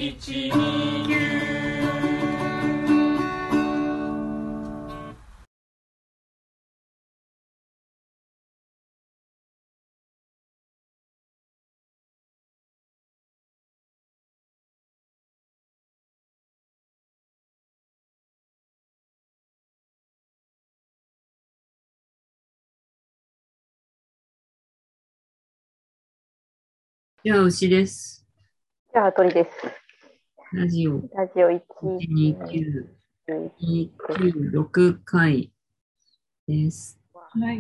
じゃあ、牛です。 じゃあ、鳥です。 ラジオラジオ1、 129、 11 296回です。 はい。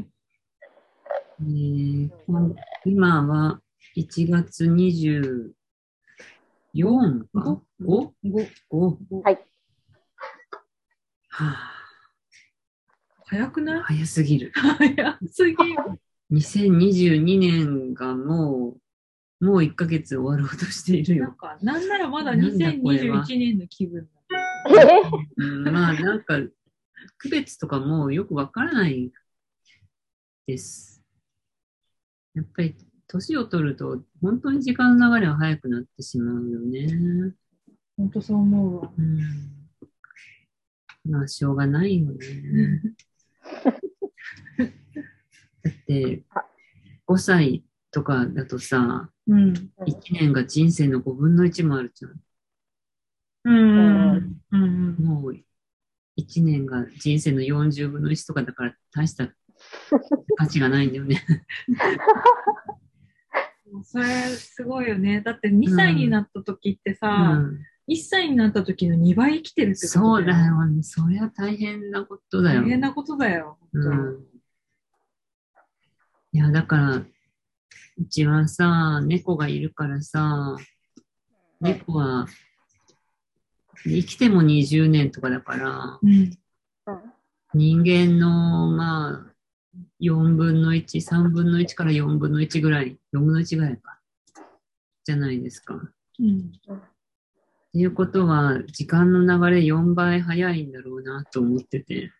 今は1月24か 5? 5? はい。 はあ、 早くない？ 早すぎる。 早すぎる。 2022年がもう1ヶ月終わろうとしているよ。 なんならまだなんだこれ 2021 は。 年の気分だ。 まあ、なんか、区別とかもうよくわからないです。やっぱり年を取ると本当に時間の流れは早くなってしまうよね。 本当そう思うわ。 まあしょうがないよね。だって5歳とかだとさ、 うん。 1年が人生の5分の1もあるじゃん。もう1年が人生の40分の1とかだから大した価値がないんだよね。 それすごいよね。だって2歳になった時ってさ、1歳になった時の2倍生きてるってことだよ。 そうだよね。そりゃ大変なことだよ。 大変なことだよ。 いや、だから、うちはさ、猫がいるからさ、猫は生きても20年とかだから、人間の、まあ、4分の1、3分の1から4分の1ぐらい、4分の1ぐらいか、じゃないですか。っていうことは、時間の流れ4倍早いんだろうなと思ってて。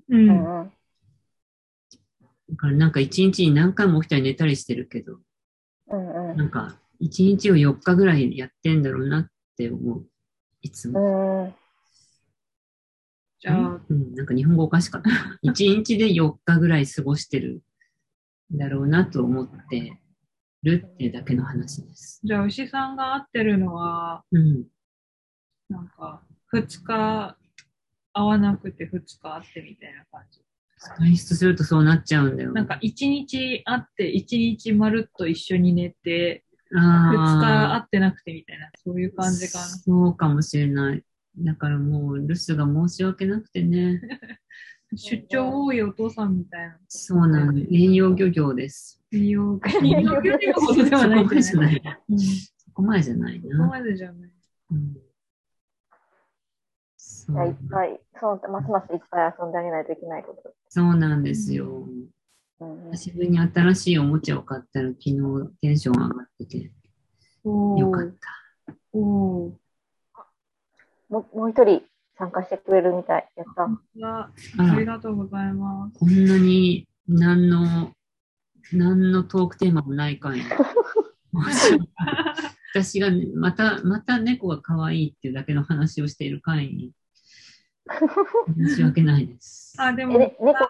だからなんか1日に何回も起きたり寝たりしてるけど、なんか1日を4日ぐらいやってんだろうなって思う。いつも。 じゃあ、 なんか日本語おかしかった。1日で4日ぐらい過ごしてるんだろうなと思ってるっていうだけの話です。 じゃあ、牛さんが会ってるのは、なんか、2日会わなくて2日会ってみたいな感じ。 外出するとそうなっちゃうんだよ。 なんか1日会って1日まるっと一緒に寝て、2 あ日会ってなくてみたいな、そういう感じかな。 そうかもしれない。だからもう留守が申し訳なくてね。 出張多いお父さんみたいな。 そうなんです。遠洋漁業です。 遠洋漁業ほどではないんじゃない？ そこまでじゃないな。 そこまでじゃない。 じゃあいっぱい、ますますいっぱい遊んであげないといけないこと。 そうなんですよ。久しぶりに新しいおもちゃを買ったら昨日テンション上がっててよかった。 もう一人参加してくれるみたい。やった。 ありがとうございます。 こんなに何のトークテーマもない回に。私がまた猫が可愛いっていうだけの話をしている回に申し訳ないです。 でも、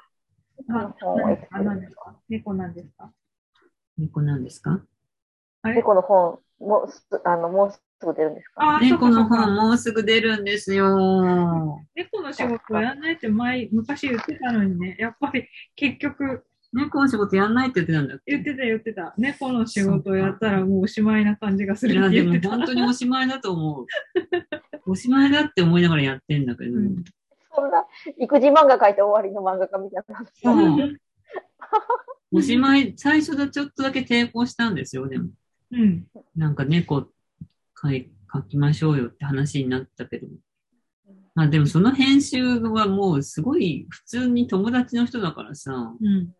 猫なんですか？ 猫なんですか？ 猫の本もうすぐ出るんですか？ 猫の本もうすぐ出るんですよ。 猫の仕事やんないって昔言ってたのにね、やっぱり結局。 猫の仕事やんないって言ってたんだっけ？ 言ってた。猫の仕事をやったらもうおしまいな感じがするって言ってた。 いや、でも本当におしまいだと思う。おしまいだって思いながらやってんだけど。 そんな、育児漫画描いて終わりの漫画家みたいな。 そう。おしまい、最初でちょっとだけ抵抗したんですよ、でも。なんか猫描きましょうよって話になったけど。まあでもその編集はもうすごい普通に友達の人だからさ、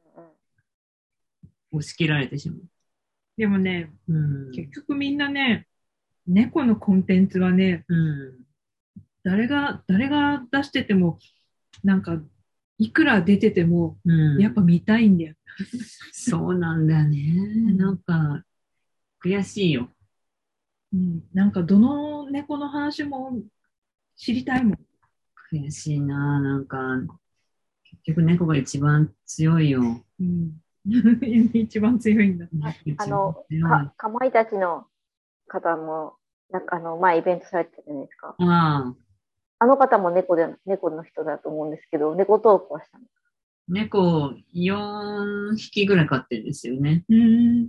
押し切られてしまう。 でもね、結局みんなね、猫のコンテンツはね、誰が出してても、なんか、いくら出てても、やっぱ見たいんだよ。 そうなんだよね。なんか、悔しいよ。 うん、なんかどの猫の話も知りたいもん。 悔しいな。なんか、結局猫が一番強いよ。 うん、一番強いんだ。 猫一番強い。 かまいたちの方も、前イベントされてたじゃないですか。 ああ、 あの方も猫の人だと思うんですけど、猫トークはしたの。 猫4匹ぐらい飼ってるんですよね。 うん。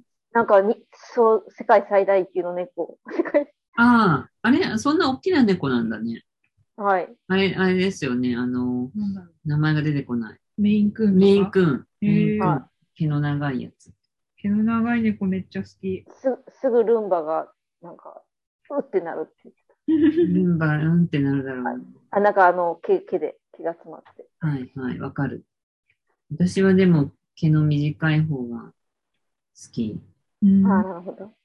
なんかそう、世界最大級の猫。 ああ、あれ、そんな大きな猫なんだね。 はい。 あれですよね。 なんだろ名前が出てこない。 う、メインクーンとか。 メインクーン。メインクーン。 は毛の長いやつ。 毛の長い猫めっちゃ好き。 すぐルンバが、なんか、うってなるって言ってルンバ、うんってなるだろた。はい。 う。 なんか毛が詰まって。 はいはい、わかる。私はでも毛の短い方が好き。 ああ、 うん。 なるほど。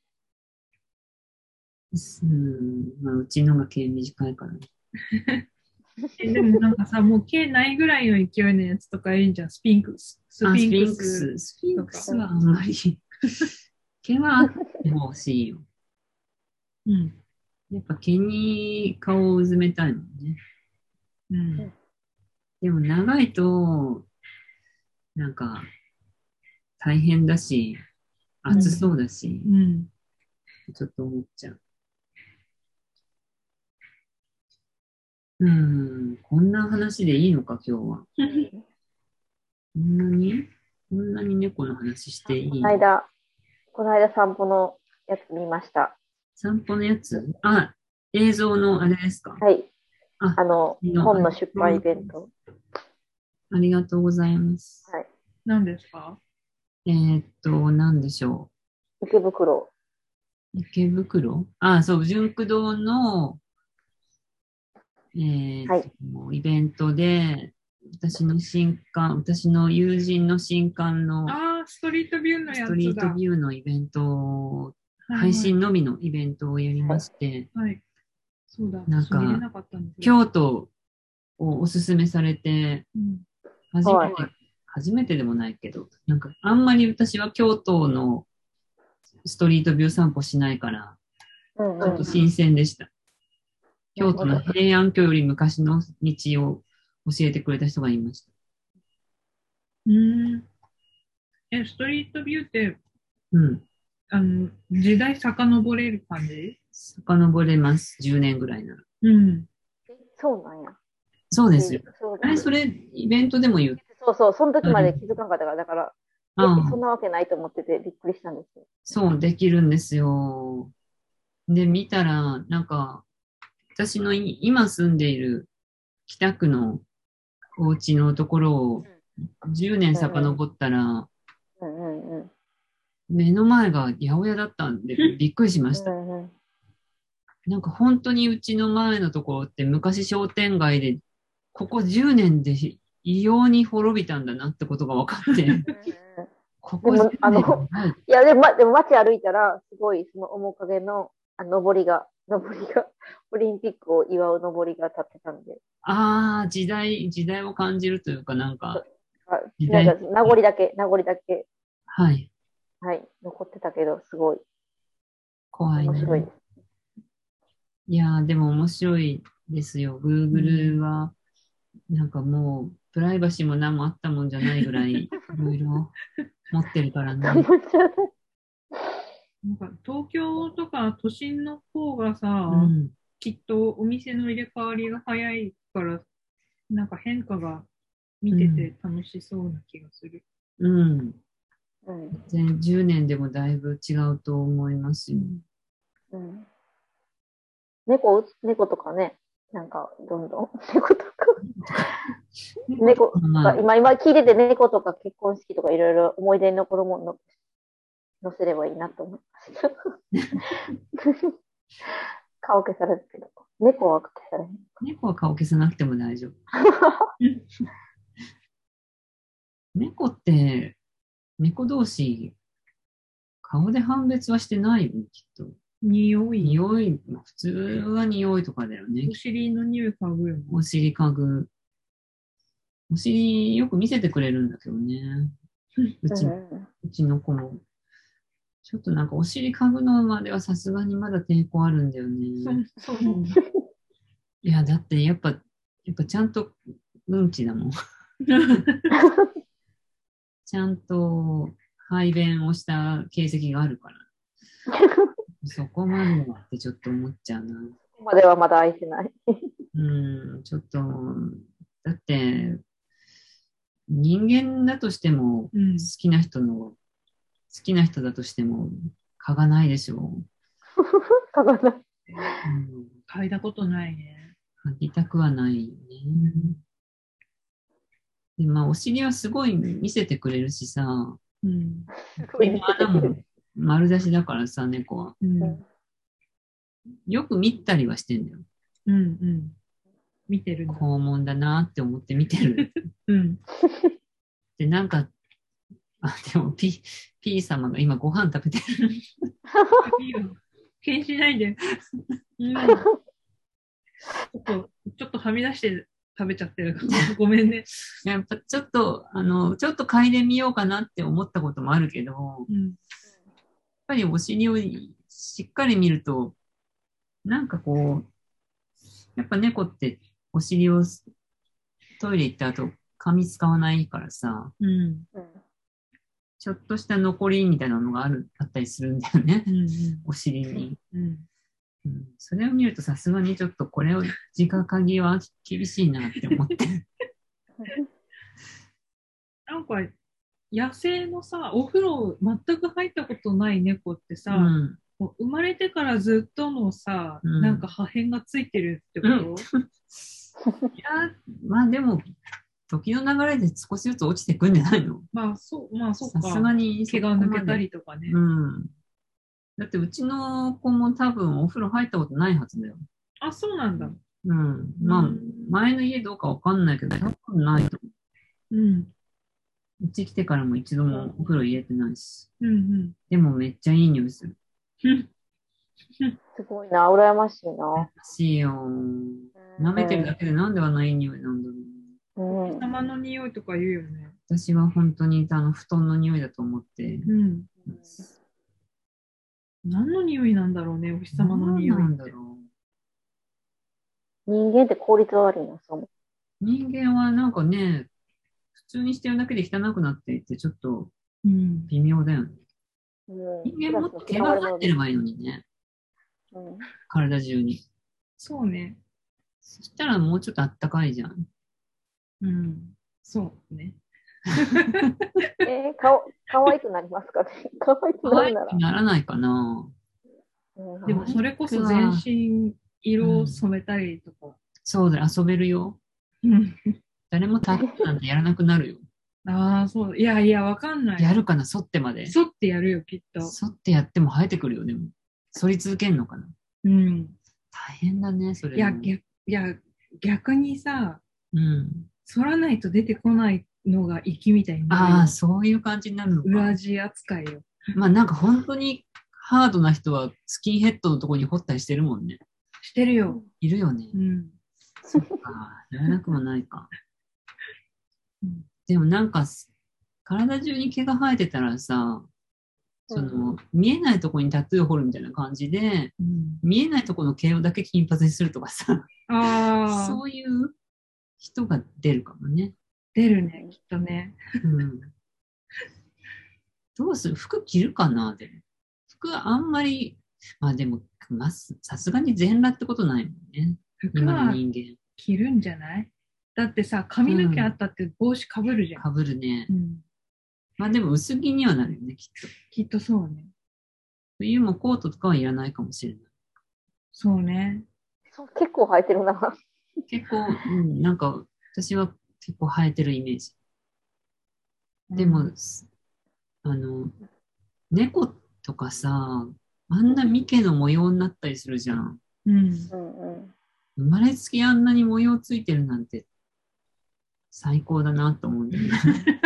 うん、まあ、うちのが毛短いからね。 でもなんかさ、もう毛ないぐらいの勢いのやつとかいいんじゃん。スピンクス。スあ、 ピンクスフィンクスス。スフィンとか。 クスはあんまり毛はあってほしいよ。 うん。 やっぱ毛に顔をうずめたいもんね。 うん。 でも長いと、なんか大変だし、暑そうだし、 うん。 ちょっと思っちゃう。うん、こんな話でいいのか、今日は。こんなにこんなに猫の話していいの？ この間散歩のやつ見ました。 散歩のやつ？あ、映像のあれですか？ はい。 あ、 本の出版イベント。 ありがとうございます。 はい。 何ですか？ 何でしょ池袋。 う。池袋？あ、そう、純駆動の、 はい。 イベントで、私の友人の新刊のああ、ストリートビューのストリートやつだ。 ビューのイベント、 はいはい。 配信のみのイベントをやりまして、 はい。そうだ。 なん私見れか、 なかったんですよ。 京都をおすすめされて、 うん。 初めて、 はい。 初めてでもないけど、なんかあんまり私は京都のストリートビュー散歩しないから、 うんうん。 ちょっと新鮮でした。京都のなるほど。 平安京より昔の道を教えてくれた人がいました。 うん。ストリートビューって、 うん。 時代遡れる感じ？ 遡れます。10年ぐらいなら。 うん。 そうなんや。 そうですよ。 そうだ。 あれ、それ、イベントでも言う。 そうそう、その時まで気あづかなかったから、だから、そんあ、 なわけないと思っててびっくりしたんですよ。 そう、できるんですよ。で、見たら、なんか、私の今住んでいる北区のお家のところを10年うんうん。 遡ったら、 うんうんうん。 目の前が八百屋だったんでびっくりしました。 うんうん。 なんか本当にうちの前のところって昔商店街で、ここ10年で異様に滅びたんだなってことが分かって、ここ10 でも、 年ない。 いや、でも街歩いたら、すごい、その面影の、上りが、オリンピックを祝う上りが立ってたんで、 ああ、時代を感じるというか、なんか、時なんか、 代、 名残だけ、 はい、 はい、残ってたけど、すごい、 怖いな。 面白いです。 いやー、でも面白いですよ。Google は、なんかもう、プライバシーも何もあったもんじゃないぐらい、いろいろ持ってるからね。 なんか東京とか都心の方がうさ、 ん、 きっとお店の入れ替わりが早いから、なんか変化が見てて楽しそうな気がする。 うん。 うん。 10年でもだいぶ違うと思いますよ。 うん。猫とかね、なんか、どんどん、猫とか、 はい。 今聞いてて猫とか結婚式とかいろいろ思い出に残るもの載せればいいなと思いました。顔消されるけど、猫は消されへん。 猫は顔消さなくても大丈夫。猫って、猫同士、顔で判別はしてないよね、きっと。 匂い。 匂い、普通は匂いとかだよね。 お尻の匂い嗅ぐよね。 お尻嗅ぐ。お尻よく見せてくれるんだけどね。うちの子も。 ちょっとなんかお尻嗅ぐのまではさすがにまだ抵抗あるんだよね。 そう。 いや、だってやっぱちゃんとうんちだもん。ちゃんと排便をした形跡があるから。そこまではってちょっと思っちゃうな。 ここまではまだ愛せない。 ちょっと、だって、人間だとしても、好きな人だとしても、嗅がないでしょ嗅がない。 嗅いだことないね。 嗅ぎたくはないよね。で、まあ、お尻はすごい見せてくれるしさ、穴も丸出しだからさ、猫は。よく見たりはしてんだよ。 見てるんだ。 肛門だなって思って見てる。で、なんか、でも、P 様が今ご飯食べてる。 気にしないで。ちょっとはみ出して食べちゃってる。ごめんね。 やっぱちょっと嗅いでみようかなって思ったこともあるけど、やっぱりお尻をしっかり見ると、なんかこう、やっぱ猫ってお尻をトイレ行った後、噛み使わないからさ、ちょっとした残りみたいなのがあったりするんだよね、お尻に。それを見るとさすがにちょっとこれを直嗅ぎは厳しいなって思って。 なんか野生のさ、お風呂全く入ったことない猫ってさ、もう生まれてからずっとのさ、なんか破片がついてるってこと、 いや、まあでも、時の流れで少しずつ落ちてくんじゃないの？ まあそうか。 さすがに毛が抜けたりとかね。 だってうちの子も多分お風呂入ったことないはずだよ。 あ、そうなんだ。 まあ、前の家どうかわかんないけど、多分ないと思う。うち来てからも一度もお風呂入れてないし。でもめっちゃいい匂いする。 すごいな、羨ましいな。 羨ましいよ。舐めてるだけでなんであんないい匂いなんだろう。お日様の匂いとか言うよね。 私は本当に布団の匂いだと思って。 何の匂いなんだろうね、お日様の匂い。 何なんだろう。人間って効率悪いな、そう。 人間はなんかね、普通にしてるだけで汚くなっていて、ちょっと微妙だよね。人間もっと毛が生えてればいいのにね。体中に。 そうね。 そしたらもうちょっとあったかいじゃん。 そうね。 かわいくなりますかね。かわいくなるなら。 ならないかな。 でもそれこそ全身色を染めたりとか。 そうだ、遊べるよ。誰もタトゥーなんてやらなくなるよ。 ああ、そう。いや、わかんない。 やるかな、剃ってまで。 剃ってやるよ、きっと。 剃ってやっても生えてくるよ、でも。剃り続けんのかな。大変だね、それ。 いや、逆にさ、剃らないと出てこないのが粋みたいになる。 ああ、そういう感じになるのか。 裏地扱いよ。 まあなんか本当にハードな人はスキンヘッドのところに掘ったりしてるもんね。 してるよ。 いるよね。そっか、やらなくもないか。でもなんか、体中に毛が生えてたらさ、見えないところにタトゥーを彫るみたいな感じで、見えないところの毛をだけ金髪にするとかさ、そういう人が出るかもね。 出るね、きっとね。 どうする？服着るかな？でも服はあんまり、まあでも、さすがに全裸ってことないもんね。 服は着るんじゃない？だってさ、髪の毛あったって帽子かぶるじゃん。 かぶるね。まあでも薄着にはなるよね、きっと。 きっとそうね。 冬もコートとかはいらないかもしれない。 そうね。 結構生えてるな。 結構、なんか私は結構生えてるイメージ。でも、猫とかさ、あんなミケの模様になったりするじゃん。生まれつきあんなに模様ついてるなんて最高だなと思うんだよね。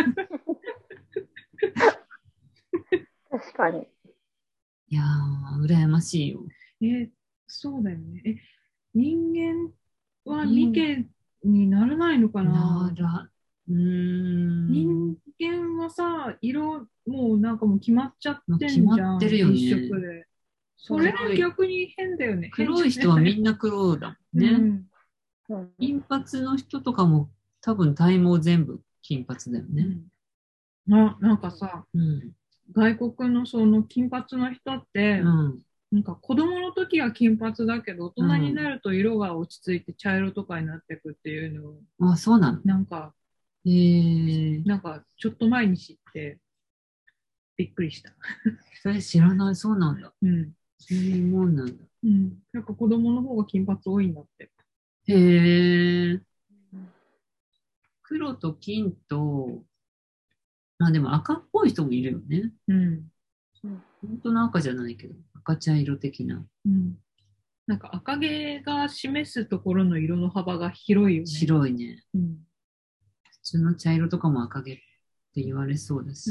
確かに。 いやー、羨ましいよ。 そうだよね。人間はミケにならないのかな？ 人間はさ、色、もうなんかもう決まっちゃってんじゃん。 決まってるよね。 一色で。それ逆に変だよね。 黒い人はみんな黒だもんね。金髪の人とかも多分体毛全部金髪だよね。 なんかさ、外国のその金髪の人って、なんか子供の時は金髪だけど、大人になると色が落ち着いて茶色とかになってくっていうのを、 あ、そうなの？ なんか、なんかちょっと前に知って、びっくりした。 それ知らない、そうなんだ。そういうもんなんだ。 なんか子供の方が金髪多いんだって。 へえ。黒と金と、まあでも赤っぽい人もいるよね。本当の赤じゃないけど、赤茶色的な。 なんか赤毛が示すところの色の幅が広いよね。 白いね。普通の茶色とかも赤毛って言われそうだし。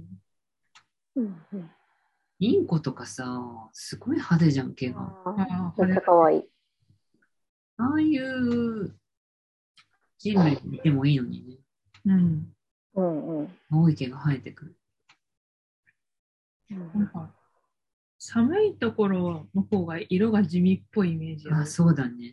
インコとかさ、すごい派手じゃん、毛が。 めっちゃかわいい。 ああいう人類見てもいいのにね。青い毛が生えてくる。 なんか寒いところの方が色が地味っぽいイメージあ、そうだね。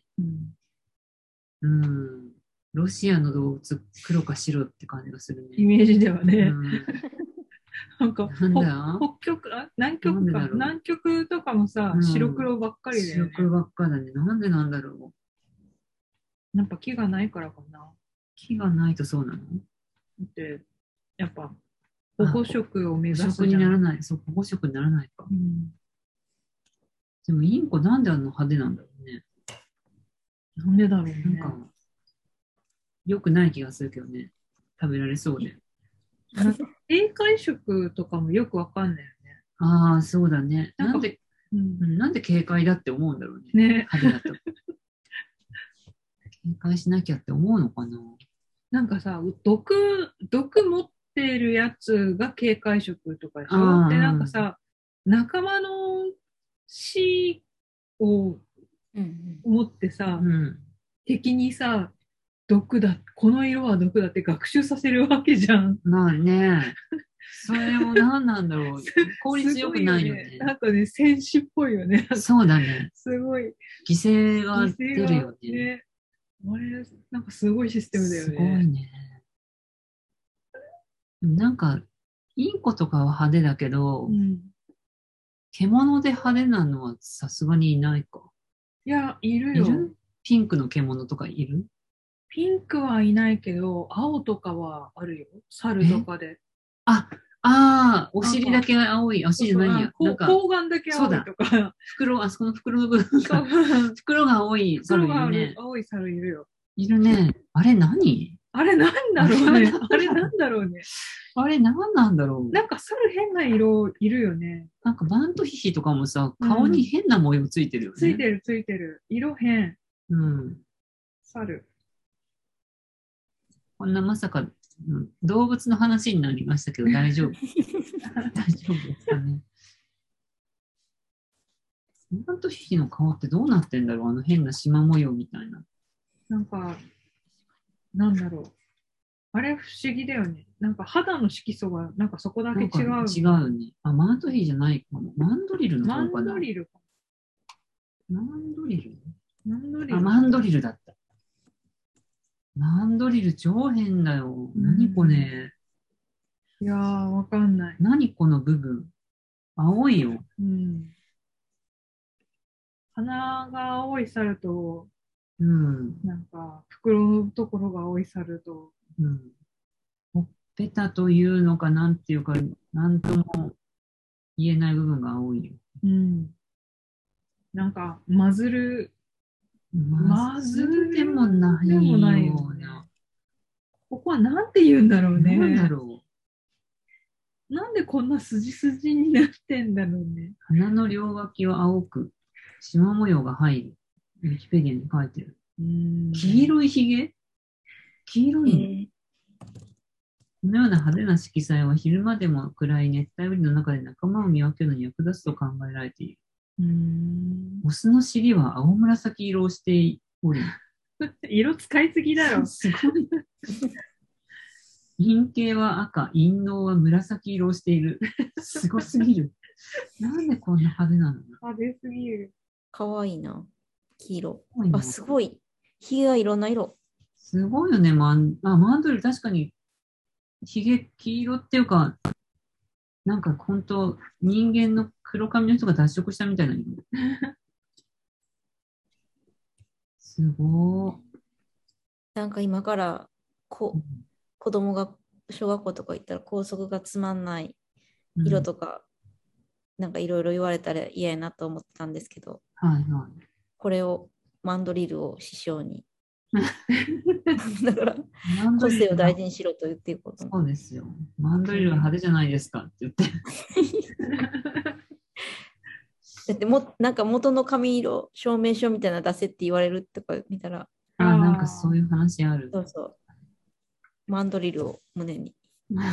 ロシアの動物、黒か白って感じがするね。 イメージではね。なんか北極、南極か。南極とかもさ、白黒ばっかりだよね。 白黒ばっかりだね。なんでなんだろう。やっぱ木がないからかな。 木がないとそうなの？ で、やっぱ保護色を目指すじゃん。 保護色にならない。そう、保護色にならないか。でもインコなんであんな派手なんだろうね。 なんでだろうね。 なんか、良くない気がするけどね。食べられそうで。 警戒色とかもよくわかんないよね。 ああ、そうだね。なんで警戒だって思うんだろうね。派手だと。警戒しなきゃって思うのかな。 なんかさ、毒持ってるやつが警戒色とかでしょ。で、なんかさ、仲間の死を思ってさ、敵にさ、毒だ、この色は毒だって学習させるわけじゃん。 まあね。それも何なんだろう。効率よくないよね。 なんかね、戦士っぽいよね。 そうだね。 すごい。 犠牲が出るよね。 あれ、なんかすごいシステムだよね。 すごいね。なんか、インコとかは派手だけど、獣で派手なのはさすがにいないか。 いや、いるよ。 ピンクの獣とかいる？ ピンクはいないけど、青とかはあるよ。猿とかで。 お尻だけ青い。お尻じゃないや。 睾丸だけ青いとか。 あそこの袋の部分が。袋が青い猿いるね。 青い猿いるよ。 いるね。あれ何？ あれなんだろうね。あれなんだろうね。 あれ何なんだろう。 なんか猿変な色いるよね。 なんかバントヒヒとかもさ、顔に変な模様ついてるよね。 ついてる。色変。猿。 こんなまさか動物の話になりましたけど大丈夫？大丈夫ですかね。バントヒヒの顔ってどうなってんだろう？あの変な縞模様みたいな。 なんか、なんだろう。あれ不思議だよね。なんか肌の色素がなんかそこだけ違う。 違うよね。マントヒヒじゃないかも。マンドリルの顔かな。 マンドリルか。 マンドリル？ マンドリルだった。マンドリル超変だよ。何これ。 いやー、わかんない。 何この部分。青いよ。 鼻が青い猿と、なんか袋のところが青い猿と。 ほっぺたというのかなんていうか、なんとも言えない部分が青いよ。 なんか、マズルでもないような。 ここはなんて言うんだろうね。 なんだろう。なんでこんな筋になってんだろうね。 鼻の両脇は青く、縞模様が入る。ウィキペディアに書いてる。黄色いひげ？黄色い。このような派手な色彩は昼間でも暗い熱帯雨林の中で仲間を見分けるのに役立つと考えられている。オスの尻は青紫色をしており。 色使いすぎだろ。 すごい。 陰茎は赤、陰嚢は紫色をしている。すごすぎる。なんでこんな派手なの？ 派手すぎる。 かわいいな。黄色。 すごいな。 あ、すごい。ひげがいろんな色。 すごいよね、マンドリル確かに、黄色っていうか、なんか本当、人間の黒髪の人が脱色したみたいな色。すごー。 なんか今から子供が小学校とか行ったら校則がつまんない色とか、なんかいろいろ言われたら嫌やなと思ったんですけど、 はいはい。 これをマンドリルを師匠にだから個性を大事にしろと言っていくこと。 そうですよ。マンドリルは派手じゃないですかって言って。 だってなんか元の髪色証明書みたいなの出せって言われるとか見たら、 なんかそういう話ある。 そうそう。マンドリルを胸に。 マ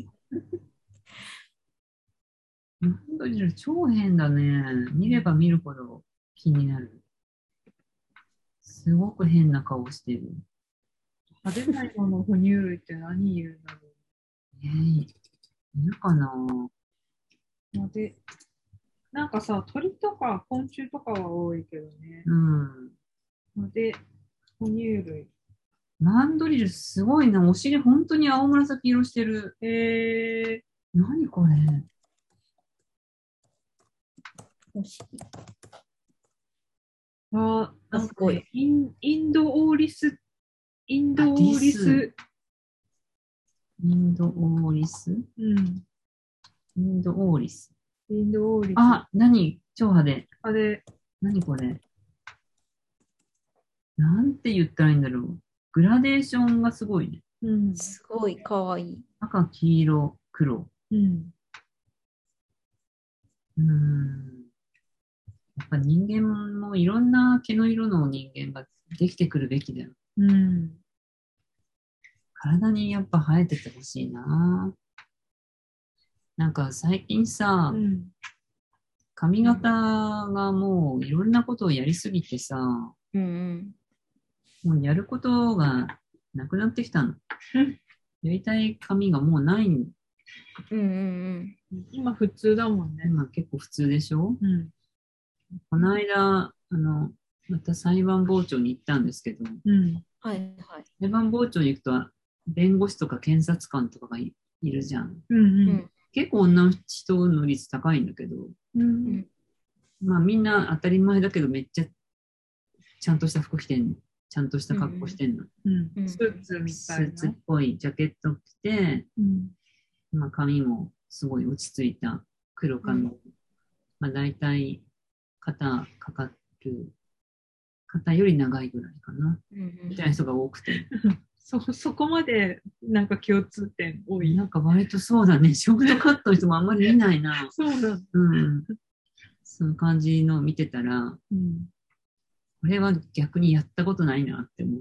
ンドリル超変だね。見れば見るほど気になる。すごく変な顔してる。 派手な色の哺乳類って何いるんだろう。 いるかな？ で、なんかさ、鳥とか昆虫とかは多いけどね。 うん。 で、哺乳類。 マンドリルすごいな。お尻本当に青紫色してる。何これ？ なんかインドオーリス。インドオーリス。 インドオーリス？ うん。 インドオーリス。 インドオーリス。 何？超派手。 あれ。 何これ？なんて言ったらいいんだろう。グラデーションがすごいね。 うん。すごいかわいい。 赤、黄色、黒。 うん。 やっぱ人間もいろんな毛の色の人間ができてくるべきだよ。 うん。 体にやっぱ生えててほしいな。なんか最近さ、髪型がもういろんなことをやりすぎてさ、もうやることがなくなってきたの。やりたい髪がもうない。 今普通だもんね。 今結構普通でしょ？この間、また裁判傍聴に行ったんですけど、裁判傍聴に行くと、弁護士とか検察官とかがいるじゃん。結構女の人の率高いんだけど、まあみんな当たり前だけどめっちゃちゃんとした服着てんの。ちゃんとした格好してんの。 スーツみたいな。 スーツっぽいジャケット着て、まあ髪もすごい落ち着いた黒髪。まあ大体肩かかる、肩より長いぐらいかな。みたいな人が多くて。 そこまでなんか共通点多い。 なんか割とそうだね。ショートカットの人もあんまり見ないな。 そうだ。 そういう感じのを見てたら、これは逆にやったことないなって思って。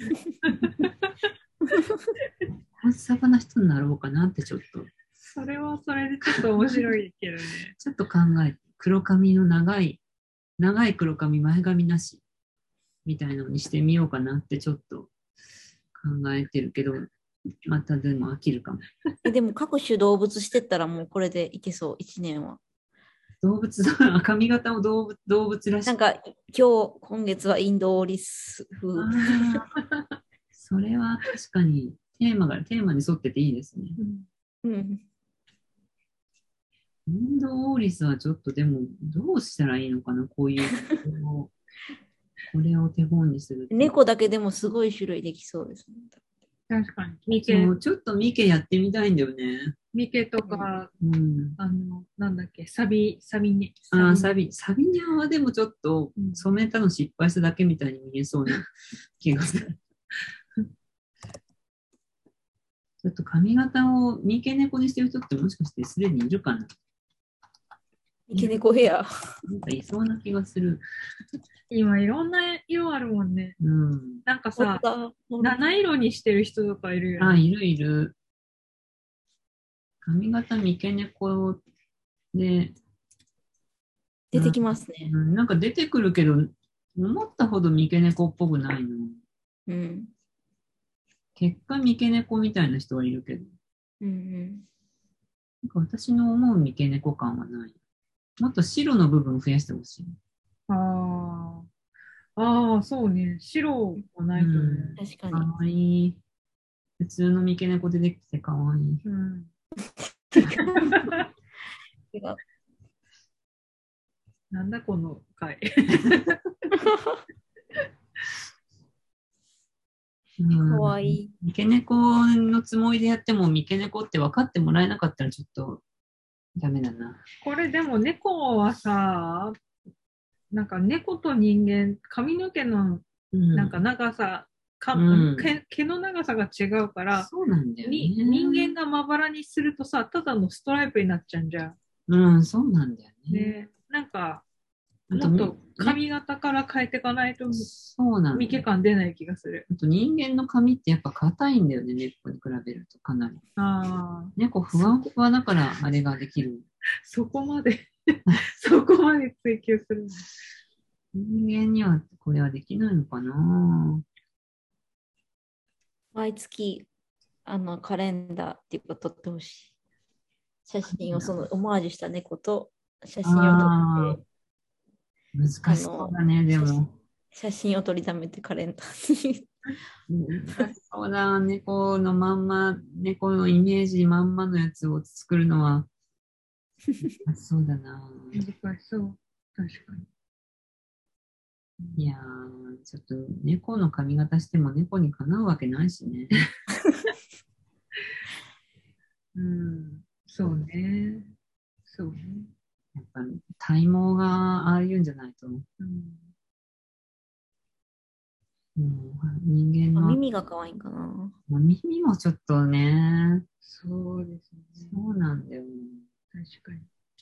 コンサバな人になろうかなってちょっと。 それはそれでちょっと面白いけどね。 ちょっと考えて、黒髪の長い黒髪、前髪なしみたいなのにしてみようかなってちょっと考えてるけど、またでも飽きるかも。 でも各種動物してったらもうこれでいけそう、1年は。 動物だ、髪型を動物らしい。 なんか今月はインドオーリス風。 それは確かにテーマに沿ってていいですね。インドオーリスはちょっとでもどうしたらいいのかな、こういうこれを手本にする。 猫だけでもすごい種類できそうですね。 確かに。ミケ。 ちょっとミケやってみたいんだよね。 ミケとか、なんだっけ、サビニャンはでもちょっと染めたの失敗しただけみたいに見えそうな気がする。ちょっと髪型をミケ猫にしてる人ってもしかしてすでにいるかな？ ミケ猫ヘア。 なんかいそうな気がする。 今いろんな色あるもんね。なんかさ、七色にしてる人とかいるよね。いる。髪型三毛猫で出てきますね。 なんか出てくるけど、思ったほど三毛猫っぽくないの。 結果三毛猫みたいな人はいるけど、 うんうん。 なんか私の思う三毛猫感はない。もっと白の部分を増やしてほしい。 ああ、ああ、そうね。白がないとね。 確かに。 かわいい。普通の三毛猫でできてかわいい。 うん。 違う。 なんだこの回。 かわいい。 三毛猫のつもりでやっても三毛猫って分かってもらえなかったらちょっとダメだな。 これでも猫はさ、なんか猫と人間、髪の毛のなんか長さ、毛の長さが違うから、 そうなんだよね。 人間がまばらにするとさ、ただのストライプになっちゃうんじゃん。 うん、そうなんだよね。 ね、なんか、もっと髪型から変えていかないと、 そうなん三毛感出ない気がする。 あと人間の髪ってやっぱ硬いんだよね、猫に比べるとかなり。猫ふわふわだからあれができる。 そこまでそこまで追求する。 人間にはこれはできないのかな。 毎月、カレンダーっていうか撮ってほしい。写真をオマージュした猫と写真を撮って。 難しそうだね、でも。 写真を撮りためてカレンダーに。 難しそうだ、猫のまんま、猫のイメージまんまのやつを作るのは、そうだな。 難しそう、確かに。 いやー、ちょっと猫の髪型しても猫にかなうわけないしね。 うん、そうね。そうね。 やっぱ体毛がああいうんじゃないと。人間の。 耳が可愛いんかな。 耳もちょっとね。 そうですね。 そうなんだよね。 確かに。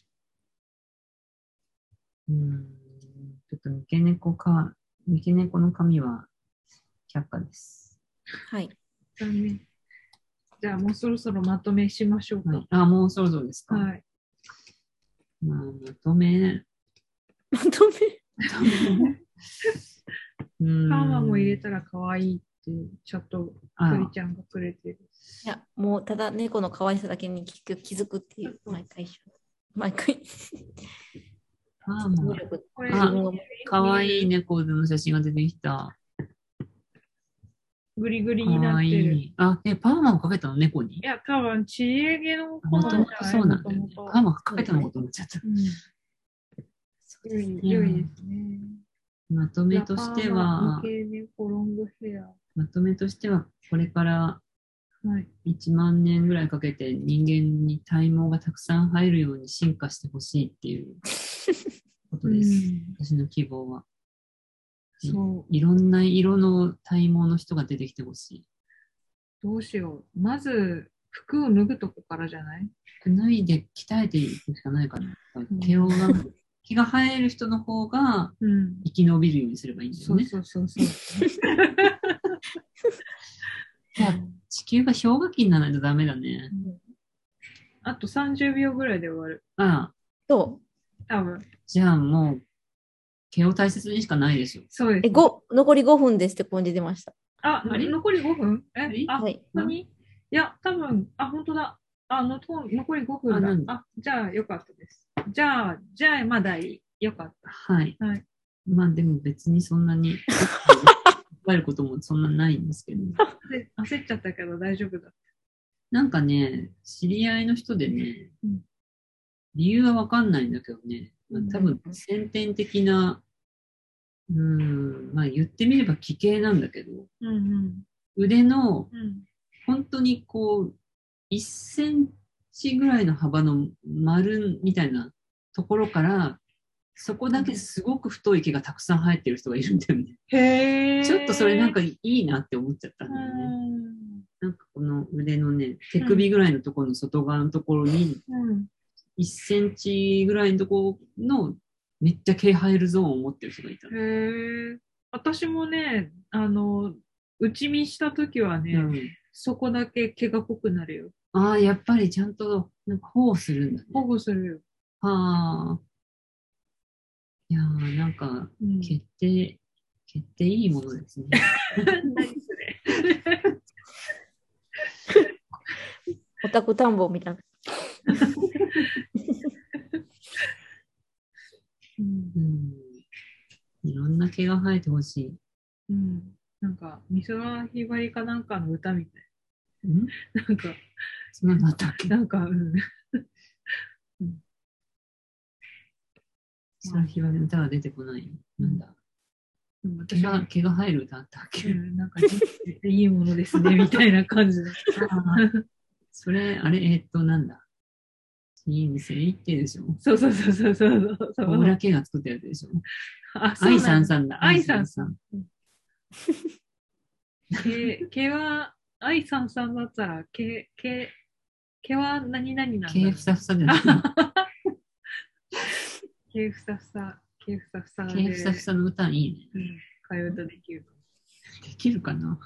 ちょっと三毛猫の髪は却下です。 はい。 残念。じゃあもうそろそろまとめしましょうか。 はい、もうそろそろですか。 はい。 まとめ。 パーマも入れたら可愛いってちょっと鳥ちゃんがくれてる。 いや、もうただ猫の可愛さだけに気づくっていう、毎回。 パーマ。可愛い猫の写真が出てきた。 グリグリになってる。 パーマをかけたの猫に？ いや、多分、ちえげの子なんじゃない？そうなんだよね。パーマかけたのかと思っちゃった。 良いですね。 まとめとしては、これから1万年ぐらいかけて人間に体毛がたくさん入るように進化してほしいっていうことです。私の希望は。いろんな色の体毛の人が出てきてほしい。 どうしよう。まず、服を脱ぐとこからじゃない？ 脱いで鍛えていくしかないかな。毛が生える人の方が生き延びるようにすればいいんだよね。 そう。 地球が氷河期にならないとダメだね。 あと30秒ぐらいで終わる。 そう。 多分。 じゃあもう、毛を大切にしかないでしょ。 そうです。 残り5分ですって感じ出ました。 残り5分？ はい。 何？いや、多分、本当だ。残り5分だ。じゃあ、よかったです。じゃあ、まだいい。よかった。 はい。まあ、でも別にそんなに、帰ることもそんなないんですけど。 焦っちゃったけど大丈夫だ。 なんかね、知り合いの人でね、理由はわかんないんだけどね、多分先天的な、まあ言ってみれば奇形なんだけど、腕の、本当にこう、1センチぐらいの幅の丸みたいなところから、そこだけすごく太い毛がたくさん生えてる人がいるんだよね。ちょっとそれなんかいいなって思っちゃったんだよね。なんかこの腕のね、手首ぐらいのところの外側のところに、1センチぐらいのところのめっちゃ毛生えるゾーンを持ってる人がいたの。 私もね、内見したときはね、そこだけ毛が濃くなるよ。 やっぱりちゃんとなんか保護するんだね。 保護するよ。 いやーなんか毛っていいものですね。 何それ。 オタク田んぼみたいな。 いろんな毛が生えてほしい。 なんか、美空ひばりかなんかの歌みたい。なんか、 そんなのあったっけ？ なんか、 美空ひばりの歌が出てこない。なんだ。毛が生える歌あったっけ？ なんか、いいものですね、みたいな感じで。 それ、あれ、なんだ。人生一定でしょ。 そう。小倉圭が作ったやつでしょ。愛さんさんだ。 愛さんさん。毛は、愛さんさんだったら、毛は何々なんだ。 毛ふさふさで。 毛ふさふさ。毛ふさふさの歌いいね。 替え歌できる。 できるかな。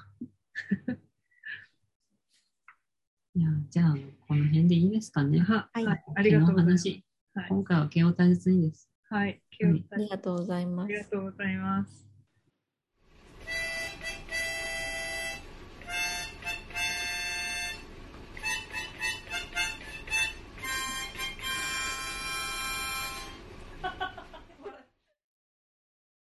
いや、じゃあ、この辺でいいですかね。 はい。ありがとうございます。 今回は毛を大切にです。 はい。 ありがとうございます。 ありがとうございます。